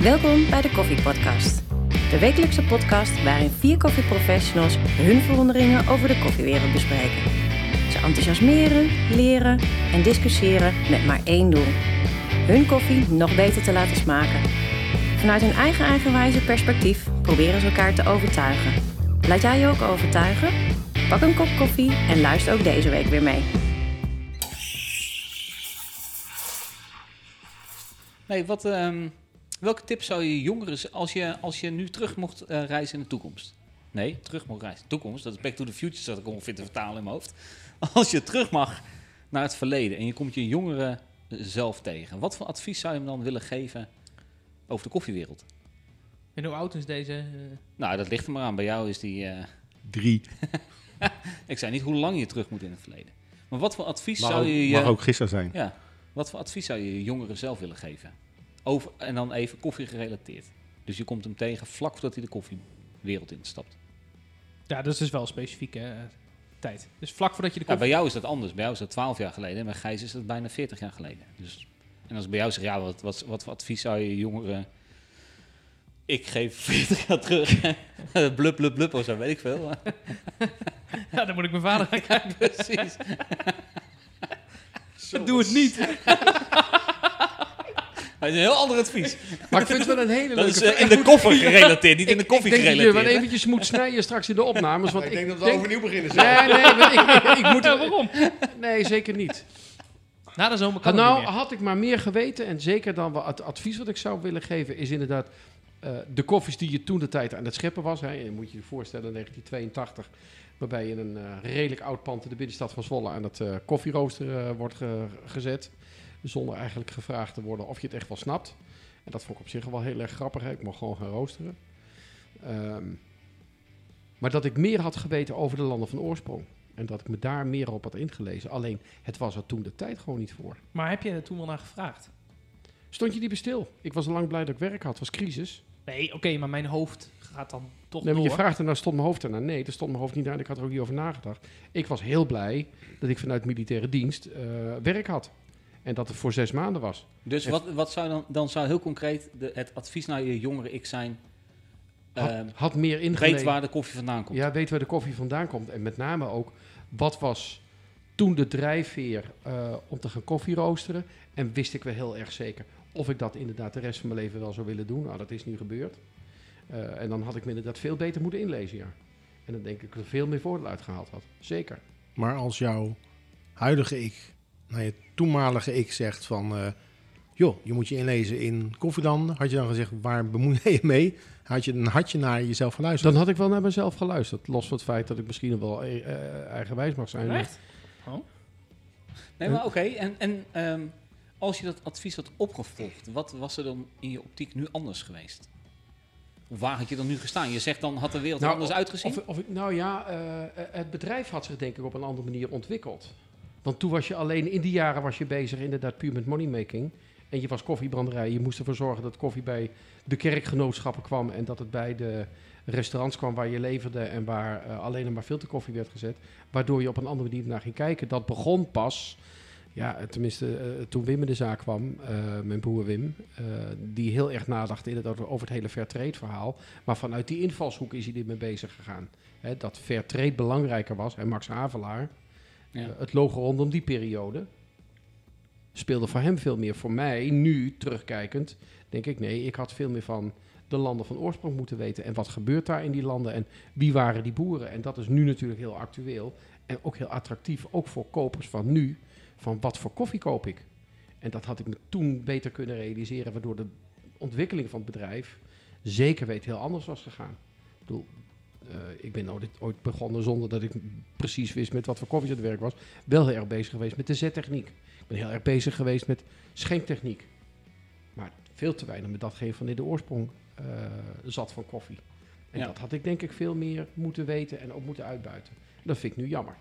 Welkom bij de Koffie Podcast. De wekelijkse podcast waarin 4 koffieprofessionals hun verwonderingen over de koffiewereld bespreken. Ze enthousiasmeren, leren en discussiëren met maar één doel: hun koffie nog beter te laten smaken. Vanuit hun eigen eigenwijze perspectief proberen ze elkaar te overtuigen. Laat jij je ook overtuigen? Pak een kop koffie en luister ook deze week weer mee. Nee, welke tips zou je jongeren, als je nu terug mocht reizen in de toekomst? Nee, terug mocht reizen in de toekomst. Dat is Back to the Future, dat ik ongeveer te vertalen in mijn hoofd. Als je terug mag naar het verleden en je komt je jongeren zelf tegen. Wat voor advies zou je hem dan willen geven over de koffiewereld? En hoe oud is deze? Nou, dat ligt er maar aan. Bij jou is die... 3. Ik zei niet hoe lang je terug moet in het verleden. Maar wat voor advies Mag zou je... mag ook gisteren zijn. Ja, wat voor advies zou je je jongeren zelf willen geven? En dan even koffie gerelateerd. Dus je komt hem tegen vlak voordat hij de koffiewereld instapt. Ja, dat is dus wel specifiek tijd. Dus vlak voordat je de Ja, koffie... bij jou is dat anders. Bij jou is dat 12 jaar geleden. En bij Gijs is dat bijna 40 jaar geleden. Dus, en als ik bij jou zeg, ja, wat voor advies zou je jongeren... Ik geef 40 jaar terug. Blub, blub, blub of zo, weet ik veel. Ja, dan moet ik mijn vader gaan kijken. Precies. Doe het niet. Dat is een heel ander advies. Maar ik vind het wel een hele Dat leuke... is in de koffer gerelateerd, niet in de koffie Ik denk dat je gerelateerd. wel hè? eventjes moet snijden straks in de opnames. Want Ik denk dat we overnieuw beginnen. Nee, ik moet... Waarom? Nee, zeker niet. Na de zomer kan het Nou, niet meer. had ik maar meer geweten, en zeker dan wel het advies wat ik zou willen geven, is inderdaad de koffies die je toen de tijd aan het scheppen was. Hè, je moet je je voorstellen, 1982, waarbij je in een redelijk oud pand in de binnenstad van Zwolle aan het koffierooster wordt gezet. Zonder eigenlijk gevraagd te worden of je het echt wel snapt. En dat vond ik op zich wel heel erg grappig. Hè. Ik mocht gewoon gaan roosteren. Maar dat ik meer had geweten over de landen van oorsprong. En dat ik me daar meer op had ingelezen. Alleen, het was er toen de tijd gewoon niet voor. Maar heb je er toen wel naar gevraagd? Stond je niet bij stil? Ik was al lang blij dat ik werk had. Het was crisis. Nee, oké, maar mijn hoofd gaat dan toch Nee, maar door. je vraagt ernaar, stond mijn hoofd ernaar? Nee, daar stond mijn hoofd niet aan. Ik had er ook niet over nagedacht. Ik was heel blij dat ik vanuit militaire dienst werk had. En dat het voor 6 maanden was. Dus wat zou dan zou heel concreet het advies naar je jongere ik zijn... Had meer ingelezen. weet waar de koffie vandaan komt. Ja, weet waar de koffie vandaan komt. En met name ook, wat was toen de drijfveer om te gaan koffie roosteren? En wist ik wel heel erg zeker of ik dat inderdaad de rest van mijn leven wel zou willen doen. Nou, dat is nu gebeurd. En dan had ik me inderdaad veel beter moeten inlezen, ja. En dan denk ik dat ik er veel meer voordeel uitgehaald had. Zeker. Maar als jouw huidige ik naar je toenmalige ik zegt van... joh, je moet je inlezen in koffielanden. Had je dan gezegd, waar bemoei je mee? Had je naar jezelf geluisterd? Dan had ik wel naar mezelf geluisterd. Los van het feit dat ik misschien wel eigenwijs mag zijn. Echt? Oh. Nee, maar oké. En als je dat advies had opgevolgd, wat was er dan in je optiek nu anders geweest? Of waar had je dan nu gestaan? Je zegt dan, had de wereld er anders uitgezien? Het bedrijf had zich denk ik op een andere manier ontwikkeld. Want toen was je alleen, in die jaren was je bezig inderdaad puur met moneymaking. En je was koffiebranderij. Je moest ervoor zorgen dat koffie bij de kerkgenootschappen kwam. En dat het bij de restaurants kwam waar je leverde en waar alleen maar filterkoffie werd gezet. Waardoor je op een andere manier naar ging kijken. Dat begon pas, ja, tenminste toen Wim in de zaak kwam, mijn broer Wim. Die heel erg nadacht inderdaad over het hele Fairtrade verhaal. Maar vanuit die invalshoek is hij ermee bezig gegaan. Hè, dat Fairtrade belangrijker was. En Max Havelaar, het logo rondom die periode, speelde voor hem veel meer. Voor mij, nu terugkijkend, denk ik, nee, ik had veel meer van de landen van oorsprong moeten weten. En wat gebeurt daar in die landen en wie waren die boeren? En dat is nu natuurlijk heel actueel en ook heel attractief, ook voor kopers van nu, van wat voor koffie koop ik? En dat had ik me toen beter kunnen realiseren, waardoor de ontwikkeling van het bedrijf zeker weet heel anders was gegaan. Ik bedoel, ik ben ooit begonnen zonder dat ik precies wist met wat voor koffie het werk was. Wel heel erg bezig geweest met de zettechniek. Ik ben heel erg bezig geweest met schenktechniek. Maar veel te weinig met datgene van in de oorsprong zat van koffie. En dat had ik denk ik veel meer moeten weten en ook moeten uitbuiten. Dat vind ik nu jammer.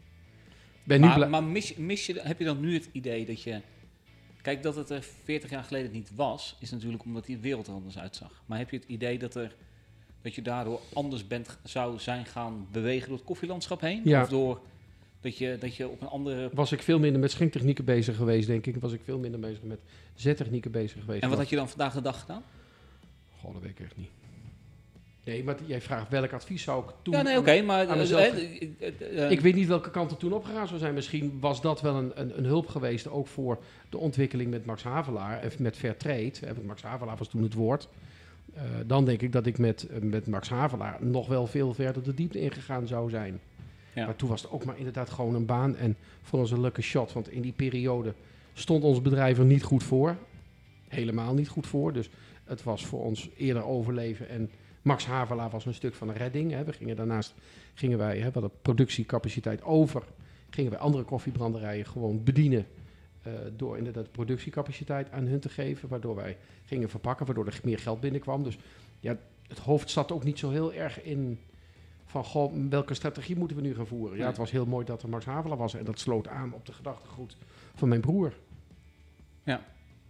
Maar heb je dan nu het idee dat je... Kijk, dat het er 40 jaar geleden niet was, is natuurlijk omdat die wereld er anders uitzag. Maar heb je het idee dat je daardoor anders zou zijn gaan bewegen door het koffielandschap heen? Ja. Of door dat je op een andere... Was ik veel minder met schenktechnieken bezig geweest, denk ik. Was ik veel minder bezig met zettechnieken bezig geweest. En wat had je dan vandaag de dag gedaan? Goh, dat weet ik echt niet. Nee, maar jij vraagt welk advies zou ik toen... Ja, nee, oké, maar... aan mezelf- Ik weet niet welke kant er toen opgegaan zou zijn. Misschien was dat wel een hulp geweest, ook voor de ontwikkeling met Max Havelaar en met Fairtrade. Want Max Havelaar was toen het woord. Dan denk ik dat ik met Max Havelaar nog wel veel verder de diepte ingegaan zou zijn. Ja. Maar toen was het ook maar inderdaad gewoon een baan en voor ons een lucky shot. Want in die periode stond ons bedrijf er niet goed voor. Helemaal niet goed voor. Dus het was voor ons eerder overleven. En Max Havelaar was een stuk van een redding. Hè. We gingen daarnaast, we hadden productiecapaciteit over. Gingen wij andere koffiebranderijen gewoon bedienen. Door inderdaad productiecapaciteit aan hun te geven. Waardoor wij gingen verpakken, waardoor er meer geld binnenkwam. Dus ja, het hoofd zat ook niet zo heel erg in van, goh, welke strategie moeten we nu gaan voeren? Ja, Nee. het was heel mooi dat er Max Havelaar was. En dat sloot aan op de gedachtegoed van mijn broer. Ja.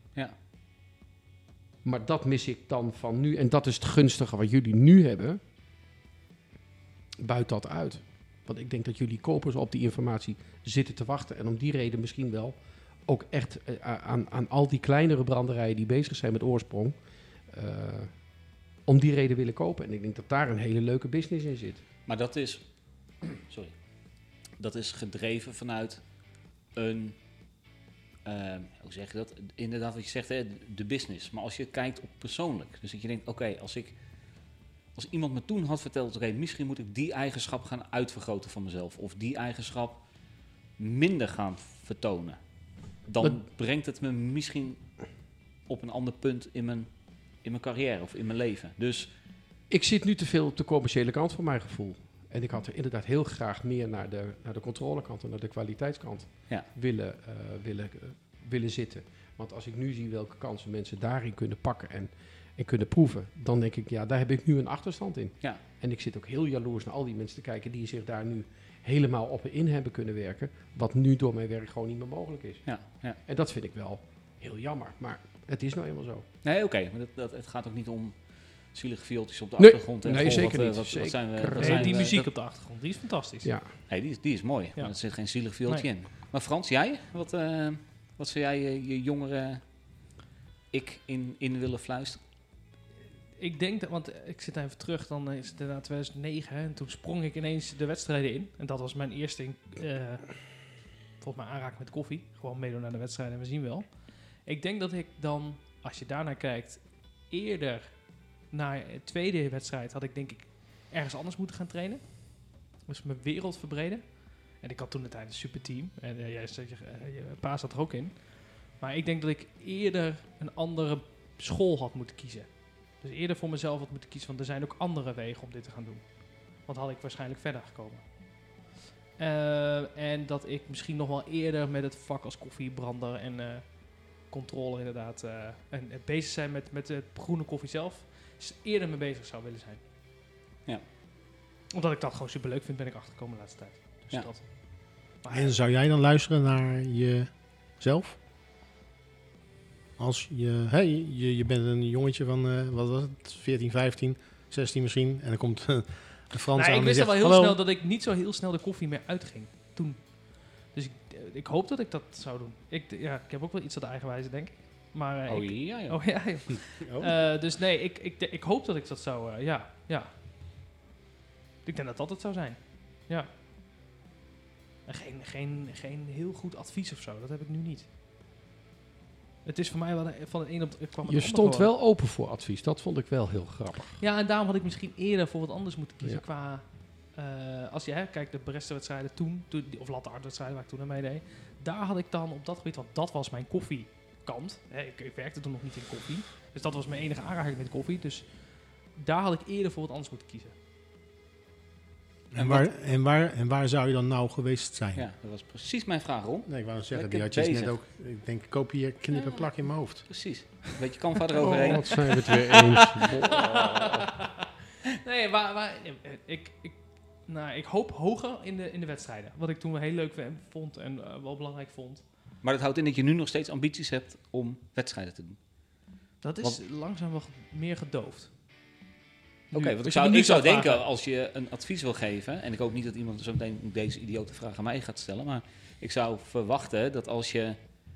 Maar dat mis ik dan van nu. En dat is het gunstige wat jullie nu hebben. Buit dat uit. Want ik denk dat jullie kopers op die informatie zitten te wachten. En om die reden misschien wel ook echt aan al die kleinere branderijen die bezig zijn met oorsprong. Om die reden willen kopen. En ik denk dat daar een hele leuke business in zit. Maar dat is... Sorry. Dat is gedreven vanuit een... hoe zeg je dat? Inderdaad wat je zegt, hè, de business. Maar als je kijkt op persoonlijk. Dus dat je denkt, oké, als iemand me toen had verteld, oké, misschien moet ik die eigenschap gaan uitvergroten van mezelf. Of die eigenschap minder gaan vertonen. Dan brengt het me misschien op een ander punt in mijn carrière of in mijn leven. Dus Ik zit nu te veel op de commerciële kant voor mijn gevoel. En ik had er inderdaad heel graag meer naar de controlekant en naar de kwaliteitskant willen zitten. Want als ik nu zie welke kansen mensen daarin kunnen pakken en kunnen proeven, dan denk ik, ja, daar heb ik nu een achterstand in. Ja. En ik zit ook heel jaloers naar al die mensen te kijken die zich daar nu helemaal op in hebben kunnen werken, wat nu door mijn werk gewoon niet meer mogelijk is. ja. En dat vind ik wel heel jammer, maar het is nou eenmaal zo. Nee, oké. Maar het gaat ook niet om zielige viooltjes op de Nee, achtergrond. En nee, goh, zeker wat, niet. Wat Zeker zijn we, niet. wat Nee, zijn die we- muziek dat- op de achtergrond, die is fantastisch. Ja. Nee, die is mooi. Maar er zit geen zielig viooltje Nee. in. Maar Frans, jij? Wat zou jij je jongere ik in willen fluisteren? Ik denk dat, want ik zit even terug, dan is het inderdaad 2009 hè, en toen sprong ik ineens de wedstrijden in. En dat was mijn eerste, volgens mij aanraking met koffie. Gewoon meedoen naar de wedstrijden en we zien wel. Ik denk dat ik dan, als je daarnaar kijkt, eerder naar de tweede wedstrijd had ik denk ik ergens anders moeten gaan trainen. Dus mijn wereld verbreden. En ik had toen uiteindelijk een superteam. En je pa zat er ook in. Maar ik denk dat ik eerder een andere school had moeten kiezen. Dus eerder voor mezelf had moeten kiezen. Want er zijn ook andere wegen om dit te gaan doen. Want had ik waarschijnlijk verder gekomen. En dat ik misschien nog wel eerder met het vak als koffiebrander en controle inderdaad. En bezig zijn met het groene koffie zelf. Eerder mee bezig zou willen zijn. Ja. Omdat ik dat gewoon superleuk vind, ben ik achtergekomen de laatste tijd. Dus Ja. dat. Maar En zou jij dan luisteren naar jezelf? Als je bent een jongetje van, wat was het, 14, 15, 16 misschien. En dan komt een Frans aan ik en wist zegt, al wel heel hallo. snel dat ik niet zo heel snel de koffie meer uitging. Toen. Dus ik hoop dat ik dat zou doen. Ik heb ook wel iets aan de eigenwijze, denk ik. Maar, Oh ja, joh. Oh ja, joh. Dus nee, ik hoop dat ik dat zou... ja. Ik denk dat dat het zou zijn. Ja. En geen heel goed advies of zo. Dat heb ik nu niet. Het is voor mij wel van het een op het kwam het Je ander stond gewoon. wel open voor advies. Dat vond ik wel heel grappig. Ja, en daarom had ik misschien eerder voor wat anders moeten kiezen. Ja. Qua, als je kijkt, de Brest-wedstrijden toen, of latte art-wedstrijden waar ik toen aan meedeed. Daar had ik dan op dat gebied, want dat was mijn koffiekant. Ik werkte toen nog niet in koffie. Dus dat was mijn enige aanraking met koffie. Dus daar had ik eerder voor wat anders moeten kiezen. En waar zou je dan nou geweest zijn? Ja, dat was precies mijn vraag, Ron. Nee, ik wou nog zeggen, Lekker die had je bezig. net ook. Ik denk, kopieer, knip en plak in mijn hoofd. Precies. Een beetje Canva eroverheen. Oh, wat zijn we het weer eens. Nee, ik hoop hoger in de wedstrijden. Wat ik toen wel heel leuk vond en wel belangrijk vond. Maar dat houdt in dat je nu nog steeds ambities hebt om wedstrijden te doen. Dat is langzaam wel meer gedoofd. Oké, want Dus ik nu zou denken, vragen. als je een advies wil geven, en ik hoop niet dat iemand zo meteen deze idiote vraag aan mij gaat stellen, maar ik zou verwachten dat als je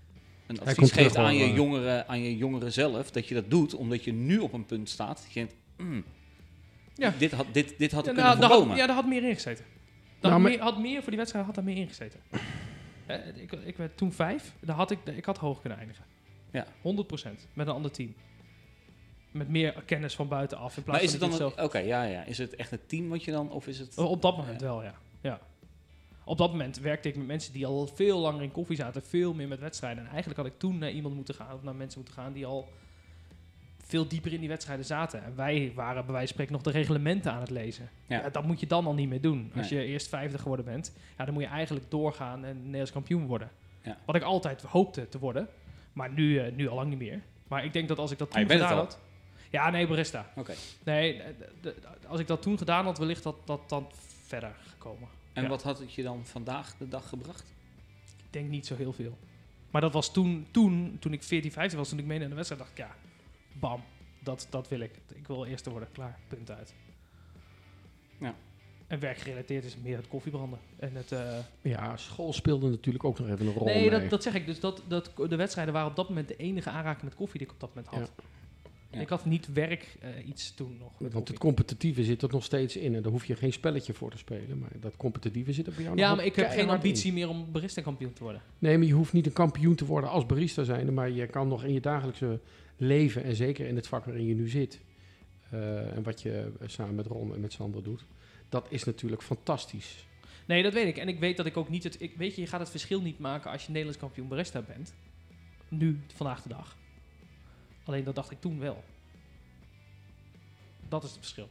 een Hij advies komt geeft terug, aan je jongeren zelf, dat je dat doet omdat je nu op een punt staat. Dat je denkt, Ja. dit had ik Ja, kunnen daar voorkomen. daar had meer in gezeten. Had meer voor die wedstrijd had daar meer in gezeten. Ik werd toen 5. Ik had hoog kunnen eindigen. Ja. 100%. Met een ander team. Met meer kennis van buitenaf. In Maar plaats is het van dan... dat je het Oké, is het echt het team wat je dan... Of is het... Op dat moment wel, ja. Op dat moment werkte ik met mensen die al veel langer in koffie zaten. Veel meer met wedstrijden. En eigenlijk had ik toen naar iemand moeten gaan. Of naar mensen moeten gaan die al veel dieper in die wedstrijden zaten. En wij waren bij wijze van spreken nog de reglementen aan het lezen. Ja. Ja, dat moet je dan al niet meer doen. Als Nee. je eerst 5e geworden bent, ja, dan moet je eigenlijk doorgaan en Nederlands kampioen worden. Ja. Wat ik altijd hoopte te worden. Maar nu al lang niet meer. Maar ik denk dat als ik dat Ah, je toen bent gedaan het had... Ja, nee, barista. Oké. Nee, als ik dat toen gedaan had, wellicht dat dan verder gekomen. En Ja. wat had het je dan vandaag de dag gebracht? Ik denk niet zo heel veel. Maar dat was toen ik 14, 15 was, toen ik mee naar de wedstrijd, dacht ik, ja, bam, dat wil ik. Ik wil eerste worden, klaar, punt uit. Ja. En werkgerelateerd is meer het koffiebranden. En het, Ja, school speelde natuurlijk ook nog even een rol nee, mee. dat zeg ik. Dus de wedstrijden waren op dat moment de enige aanraking met koffie die ik op dat moment had. Ja. Ik had niet werk iets toen nog. met Want koffie. het competitieve zit er nog steeds in. En daar hoef je geen spelletje voor te spelen. Maar dat competitieve zit er bij jou nog Ja, wel maar ik heb geen keihard ambitie in. meer om barista kampioen te worden. Nee, maar je hoeft niet een kampioen te worden als barista zijnde. Maar je kan nog in je dagelijkse leven, en zeker in het vak waarin je nu zit, en wat je samen met Ron en met Sander doet, dat is natuurlijk fantastisch. Nee, dat weet ik. En ik weet dat ik ook niet weet je gaat het verschil niet maken als je Nederlands kampioen barista bent. Nu, vandaag de dag. Alleen dat dacht ik toen wel. Dat is het verschil.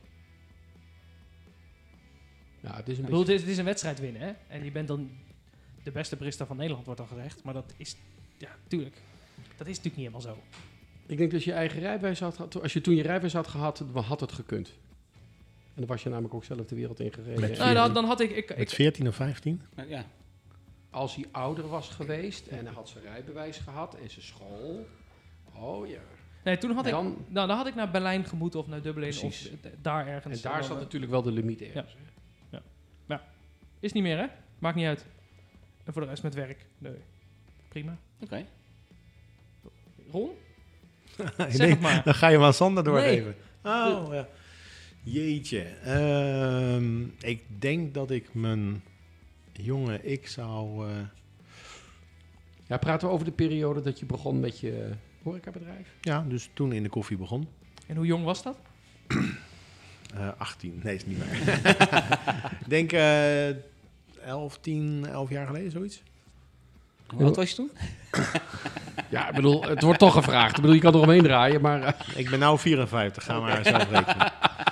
Ja, het is een Ik bedoel, beetje... het is een wedstrijd winnen, hè? En je bent dan de beste barista van Nederland, wordt dan gezegd. Maar dat is, ja, tuurlijk. Dat is natuurlijk niet helemaal zo. Ik denk dat je eigen rijbewijs had gehad. Als je toen je rijbewijs had gehad, dan had het gekund. En dan was je namelijk ook zelf de wereld ingereden. Met Nou, dan had ik Met 14 of 15? Ja. Als hij ouder was geweest en hij had zijn rijbewijs gehad en zijn school. Oh ja. nee, toen had ik, Dan- dan had ik naar Berlijn gemoeten of naar Dublin Precies. of daar ergens. En daar dan, zat natuurlijk wel de limiet ergens. hè. Is niet meer, hè? Maakt niet uit. En voor de rest met werk. Nee. Prima. Oké. Ron? Ik Zeg denk, het maar. dan ga je hem aan Sander doorgeven. Oh, ja. Jeetje. Ik denk dat ik mijn jonge ik zou... Ja, praten we over de periode dat je begon met je horecabedrijf? ja, dus toen in de koffie begon. En hoe jong was dat? 18. Nee, is niet waar. Ik denk 11 jaar geleden, zoiets. Hoe oud was je toen? Ja, ik bedoel, het wordt toch gevraagd. Ik bedoel, je kan er omheen draaien, maar... Ik ben nu 54, ga maar zelf rekenen.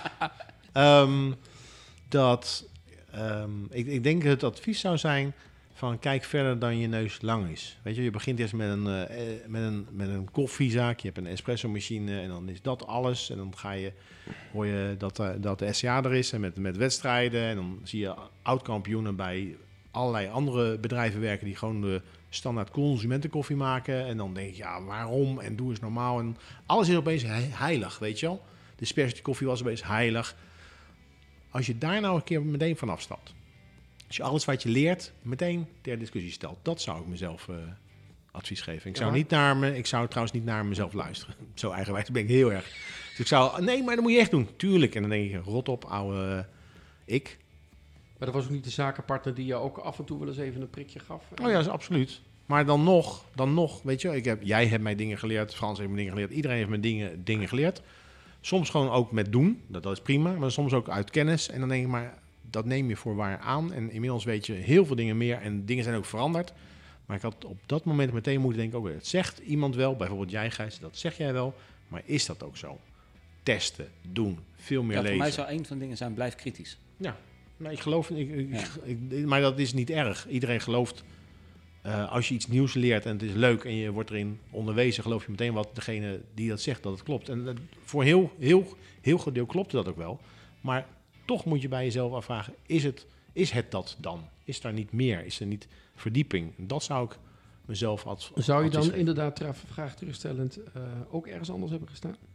Ik denk dat het advies zou zijn van kijk verder dan je neus lang is. Weet je, je begint eerst met een koffiezaak, je hebt een espresso machine en dan is dat alles. En dan hoor je dat de SCA er is en met wedstrijden. En dan zie je oud-kampioenen bij allerlei andere bedrijven werken die gewoon de standaard consumentenkoffie maken. En dan denk je, ja, waarom? En doe eens normaal. En alles is opeens heilig, weet je wel. De specialty koffie was opeens heilig. Als je daar nou een keer meteen van afstapt. Als je alles wat je leert meteen ter discussie stelt. Dat zou ik mezelf advies geven. Ik zou trouwens niet naar mezelf luisteren. Zo eigenwijs ben ik heel erg. Dus ik zou, nee, maar dat moet je echt doen. Tuurlijk. En dan denk je, rot op, ouwe ik. Maar dat was ook niet de zakenpartner die je ook af en toe wel eens even een prikje gaf? Oh ja, dat is absoluut. Maar dan nog, weet je, jij hebt mij dingen geleerd, Frans heeft me dingen geleerd, iedereen heeft me dingen geleerd. Soms gewoon ook met doen, dat is prima, maar soms ook uit kennis. En dan denk ik, maar dat neem je voor waar aan. En inmiddels weet je heel veel dingen meer en dingen zijn ook veranderd. Maar ik had op dat moment meteen moeten denken, oké, het zegt iemand wel, bijvoorbeeld jij Gijs, dat zeg jij wel. Maar is dat ook zo? Testen, doen, veel meer Ja, lezen. voor mij zou een van de dingen zijn, blijf kritisch. Ja, maar ik geloof, maar dat is niet erg. Iedereen gelooft, als je iets nieuws leert en het is leuk en je wordt erin onderwezen, geloof je meteen wat degene die dat zegt, dat het klopt. En voor heel groot deel klopt dat ook wel. Maar toch moet je bij jezelf afvragen, is het dat dan? Is daar niet meer? Is er niet verdieping? En dat zou ik mezelf Zou je dan adviseren. inderdaad, vraag terugstellend, ook ergens anders hebben gestaan?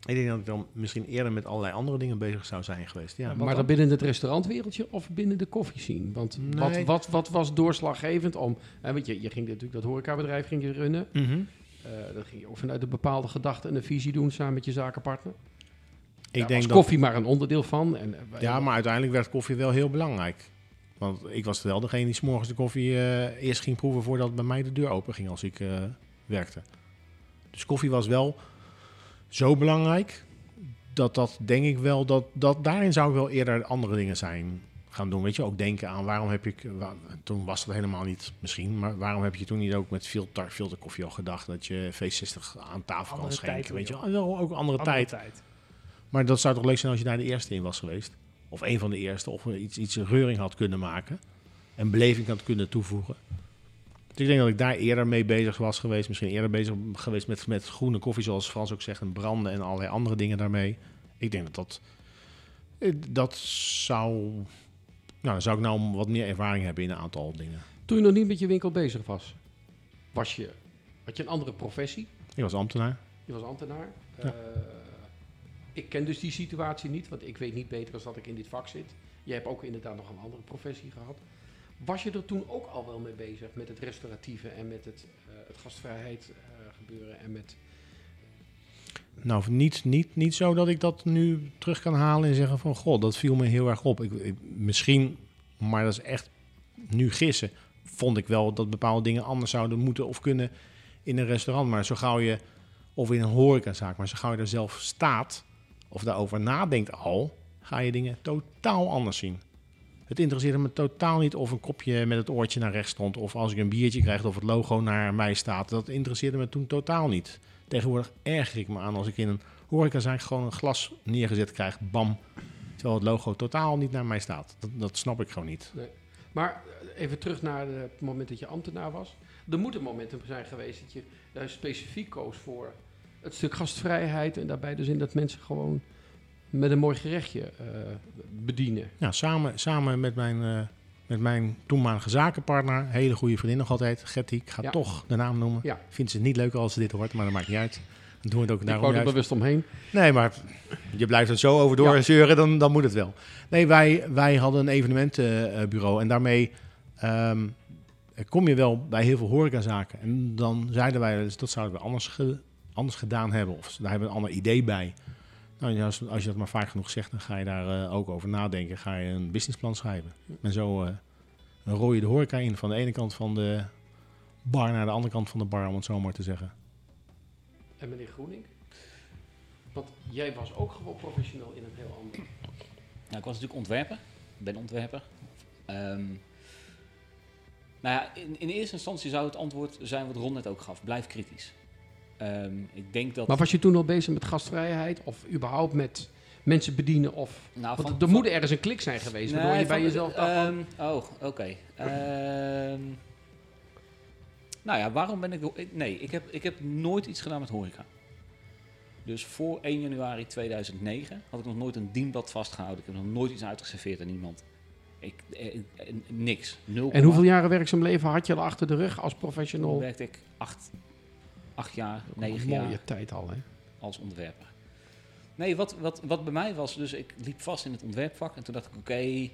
Ik denk dat ik dan misschien eerder met allerlei andere dingen bezig zou zijn geweest. Ja. En Maar dan? dan binnen het restaurantwereldje of binnen de koffiescene? Want Nee. wat was doorslaggevend om... want je ging natuurlijk dat horecabedrijf ging je runnen. Dat ging je ook vanuit een bepaalde gedachte en een visie doen samen met je zakenpartner. Ik denk was dat, koffie maar een onderdeel van. ja, maar uiteindelijk werd koffie wel heel belangrijk. Want ik was wel degene die 's morgens de koffie eerst ging proeven voordat bij mij de deur open ging als ik werkte. Dus koffie was wel zo belangrijk dat denk ik wel, dat daarin zou ik wel eerder andere dingen zijn gaan doen. Weet je, ook denken aan waarom heb ik, toen was dat helemaal niet misschien, maar waarom heb je toen niet ook met filterkoffie al gedacht dat je V60 aan tafel kan Andere schenken? tijd, Weet je, joh. wel ook andere tijd. Maar dat zou toch leuk zijn als je daar de eerste in was geweest. Of een van de eerste. Of iets reuring had kunnen maken. En beleving had kunnen toevoegen. Dus ik denk dat ik daar eerder mee bezig was geweest. Misschien eerder bezig geweest met groene koffie, zoals Frans ook zegt. En branden en allerlei andere dingen daarmee. Ik denk dat zou... Nou, dan zou ik nou wat meer ervaring hebben in een aantal dingen. Toen je nog niet met je winkel bezig was, had je een andere professie? Ik was ambtenaar. Je was ambtenaar. Ja. Ik ken dus die situatie niet, want ik weet niet beter dan dat ik in dit vak zit. Jij hebt ook inderdaad nog een andere professie gehad. Was je er toen ook al wel mee bezig met het restauratieve en met het gastvrijheid gebeuren en met... Nou, niet zo dat ik dat nu terug kan halen en zeggen van... God, dat viel me heel erg op. Misschien, maar dat is echt nu gissen... vond ik wel dat bepaalde dingen anders zouden moeten of kunnen in een restaurant. Maar zo gauw je, of in een horecazaak, maar zo gauw je er zelf staat... of daarover nadenkt al, ga je dingen totaal anders zien. Het interesseerde me totaal niet of een kopje met het oortje naar rechts stond... of als ik een biertje krijg of het logo naar mij staat. Dat interesseerde me toen totaal niet. Tegenwoordig erger ik me aan als ik in een horecazaak gewoon een glas neergezet krijg, bam. Terwijl het logo totaal niet naar mij staat. Dat snap ik gewoon niet. Nee. Maar even terug naar het moment dat je ambtenaar was. Er moet een moment zijn geweest dat je juist specifiek koos voor het stuk gastvrijheid... en daarbij dus in dat mensen gewoon met een mooi gerechtje bedienen. Ja, samen met mijn toenmalige zakenpartner, hele goede vriendin nog altijd, Getty, ik ga toch de naam noemen. Ja. Vindt ze het niet leuk als ze dit hoort, maar dat maakt niet uit. Dan doen we het ook Ik daarom wou er juist. bewust omheen. Nee, maar je blijft er zo over doorzeuren, dan moet het wel. Nee, wij hadden een evenementenbureau en daarmee kom je wel bij heel veel horecazaken. En dan zeiden wij, dus dat zouden we anders gedaan hebben. Of daar hebben we een ander idee bij. Nou, als je dat maar vaak genoeg zegt, dan ga je daar ook over nadenken. Ga je een businessplan schrijven. En zo rooi je de horeca in van de ene kant van de bar naar de andere kant van de bar, om het zo maar te zeggen. En meneer Groening? Want jij was ook gewoon professioneel in een heel ander... Nou, ik was natuurlijk ontwerper. Ik ben ontwerper. Nou ja, in eerste instantie zou het antwoord zijn wat Ron net ook gaf. Blijf kritisch. Ik denk dat... Maar was je toen al bezig met gastvrijheid of überhaupt met mensen bedienen? Of... Nou, Want er moet ergens een klik zijn geweest, waardoor je bij jezelf dacht van... Oké. Nou ja, waarom ben ik... Nee, ik heb nooit iets gedaan met horeca. Dus voor 1 januari 2009 had ik nog nooit een dienblad vastgehouden. Ik heb nog nooit iets uitgeserveerd aan iemand. Niks. 0, En hoeveel jaren werkzaam leven had je al achter de rug als professional? Toen werkte ik 8 jaar, 9 Een jaar mooie tijd al, hè? als ontwerper. Nee, wat bij mij was, dus ik liep vast in het ontwerpvak en toen dacht ik, oké,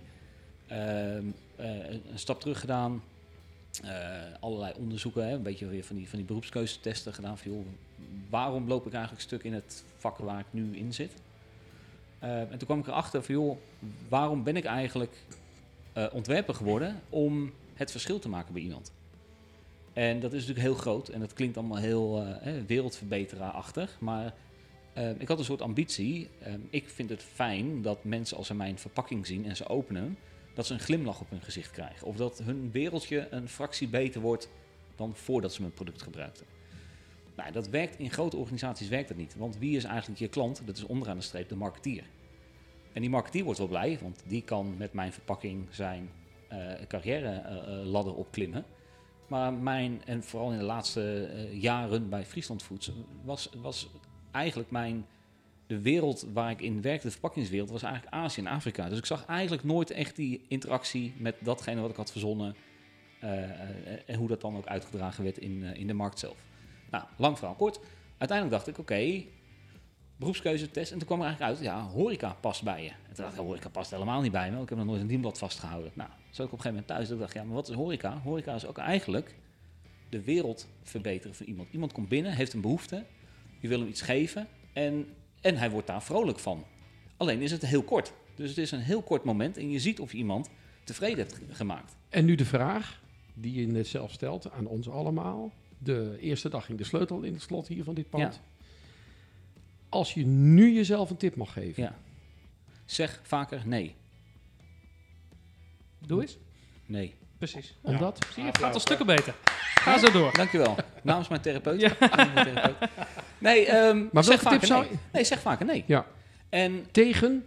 een stap terug gedaan. Allerlei onderzoeken, hè, een beetje weer van die beroepskeuzetesten gedaan. Van, joh, waarom loop ik eigenlijk stuk in het vak waar ik nu in zit? En toen kwam ik erachter van, joh, waarom ben ik eigenlijk ontwerper geworden om het verschil te maken bij iemand? En dat is natuurlijk heel groot en dat klinkt allemaal heel wereldverbeteraar-achtig, maar ik had een soort ambitie. Ik vind het fijn dat mensen als ze mijn verpakking zien en ze openen, dat ze een glimlach op hun gezicht krijgen. Of dat hun wereldje een fractie beter wordt dan voordat ze mijn product gebruikten. Nou, dat werkt in grote organisaties werkt dat niet. Want wie is eigenlijk je klant? Dat is onderaan de streep de marketeer. En die marketeer wordt wel blij, want die kan met mijn verpakking zijn carrière-ladder opklimmen. Maar en vooral in de laatste jaren bij Friesland Foods, was eigenlijk de wereld waar ik in werkte, de verpakkingswereld, was eigenlijk Azië en Afrika. Dus ik zag eigenlijk nooit echt die interactie met datgene wat ik had verzonnen en hoe dat dan ook uitgedragen werd in de markt zelf. Nou, lang verhaal kort. Uiteindelijk dacht ik, oké, beroepskeuzetest. En toen kwam er eigenlijk uit, ja, horeca past bij je. En toen dacht ik, horeca past helemaal niet bij me. Want ik heb nog nooit een dienblad vastgehouden. Nou, zo ik op een gegeven moment thuis. Dat ik dacht, ja, maar wat is horeca? Horeca is ook eigenlijk de wereld verbeteren van iemand. Iemand komt binnen, heeft een behoefte. Je wil hem iets geven. En hij wordt daar vrolijk van. Alleen is het heel kort. Dus het is een heel kort moment. En je ziet of je iemand tevreden hebt gemaakt. En nu de vraag die je net zelf stelt aan ons allemaal. De eerste dag ging de sleutel in het slot hier van dit pand. Ja. Als je nu jezelf een tip mag geven. Ja. Zeg vaker nee. Doe eens. Nee. Precies. Omdat? Zie je, het gaat al stukken beter. Ga zo door. Dankjewel. Namens mijn therapeut. Ja. Namens mijn therapeut. Nee, Maar zeg welke tip vaker zou nee. je... Nee, zeg vaker nee. Ja. En Tegen?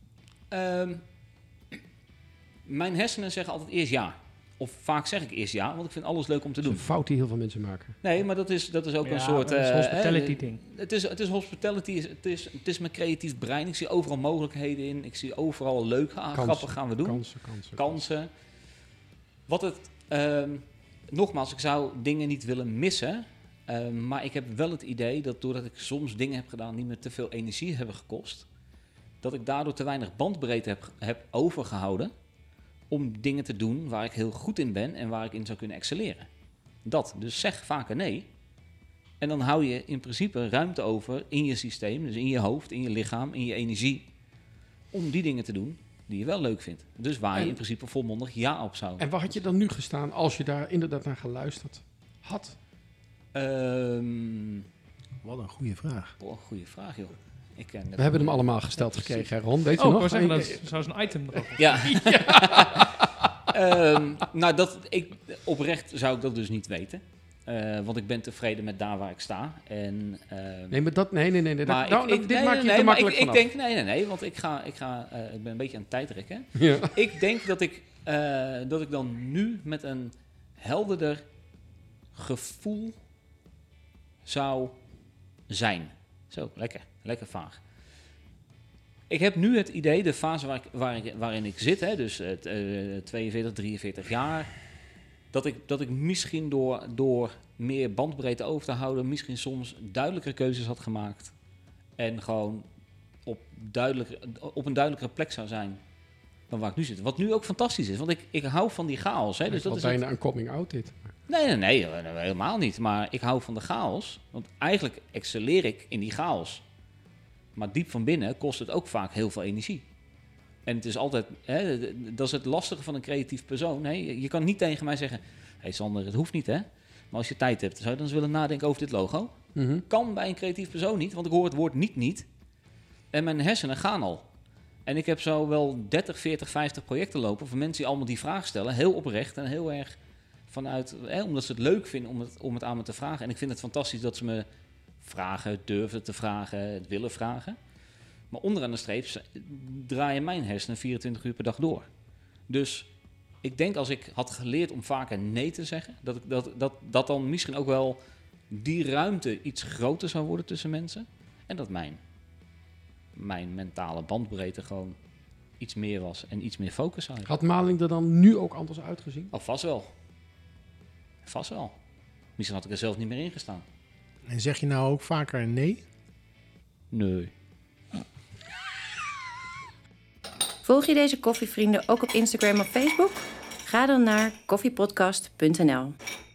mijn hersenen zeggen altijd eerst ja. Of vaak zeg ik eerst ja, want ik vind alles leuk om te Dat is doen. een fout die heel veel mensen maken. Nee, maar dat is ook een soort... dat is een hospitality ding. Het is hospitality, het is mijn creatief brein. Ik zie overal mogelijkheden in. Ik zie overal leuk. Grappig gaan we doen. Kansen. Wat het... nogmaals, ik zou dingen niet willen missen. Maar ik heb wel het idee dat doordat ik soms dingen heb gedaan die me te veel energie hebben gekost, dat ik daardoor te weinig bandbreedte heb overgehouden om dingen te doen waar ik heel goed in ben en waar ik in zou kunnen excelleren. Dat. Dus zeg vaker nee. En dan hou je in principe ruimte over in je systeem, dus in je hoofd, in je lichaam, in je energie, om die dingen te doen die je wel leuk vindt. Dus waar je in principe volmondig ja op zou. En waar had je dan nu gestaan als je daar inderdaad naar geluisterd had? Wat een goede vraag. Goeie vraag, joh. We hebben hem allemaal gesteld gekregen, hè, Ron. Weet je Oh, ik nog? wou zeggen, dat is zo'n item erop. Ja. Nou, oprecht zou ik dat dus niet weten. Want ik ben tevreden met daar waar ik sta. En, Nee, maar dat... Nee. maar Dit maak je te makkelijk ik vanaf. denk, nee, want ik ben een beetje aan het tijdrekken. Ja. Ik denk dat ik dan nu met een helderder gevoel zou zijn. Zo, lekker vaag. Ik heb nu het idee, de fase waarin ik zit, hè, dus 42, 43 jaar, dat ik misschien door meer bandbreedte over te houden, misschien soms duidelijkere keuzes had gemaakt. En gewoon op een duidelijkere plek zou zijn dan waar ik nu zit. Wat nu ook fantastisch is, want ik hou van die chaos. Hè, dus Dat is bijna een coming out dit. Nee, helemaal niet. Maar ik hou van de chaos. Want eigenlijk excelleer ik in die chaos. Maar diep van binnen kost het ook vaak heel veel energie. En het is altijd... dat is het lastige van een creatief persoon. Je kan niet tegen mij zeggen... Hé Sander, het hoeft niet, hè? Maar als je tijd hebt, zou je dan eens willen nadenken over dit logo? Mm-hmm. Kan bij een creatief persoon niet, want ik hoor het woord niet. En mijn hersenen gaan al. En ik heb zo wel 30, 40, 50 projecten lopen... van mensen die allemaal die vraag stellen. Heel oprecht en heel erg... vanuit, omdat ze het leuk vinden om het aan me te vragen. En ik vind het fantastisch dat ze me vragen, durven te vragen, het willen vragen. Maar onderaan de streep draaien mijn hersenen 24 uur per dag door. Dus ik denk als ik had geleerd om vaker nee te zeggen, dat dan misschien ook wel die ruimte iets groter zou worden tussen mensen. En dat mijn mentale bandbreedte gewoon iets meer was en iets meer focus zou hebben. Had Maling er dan nu ook anders uitgezien? Oh, vast wel. Vast wel. Misschien had ik er zelf niet meer in gestaan. En zeg je nou ook vaker nee? Nee. Volg je deze koffievrienden ook op Instagram of Facebook? Ga dan naar koffiepodcast.nl.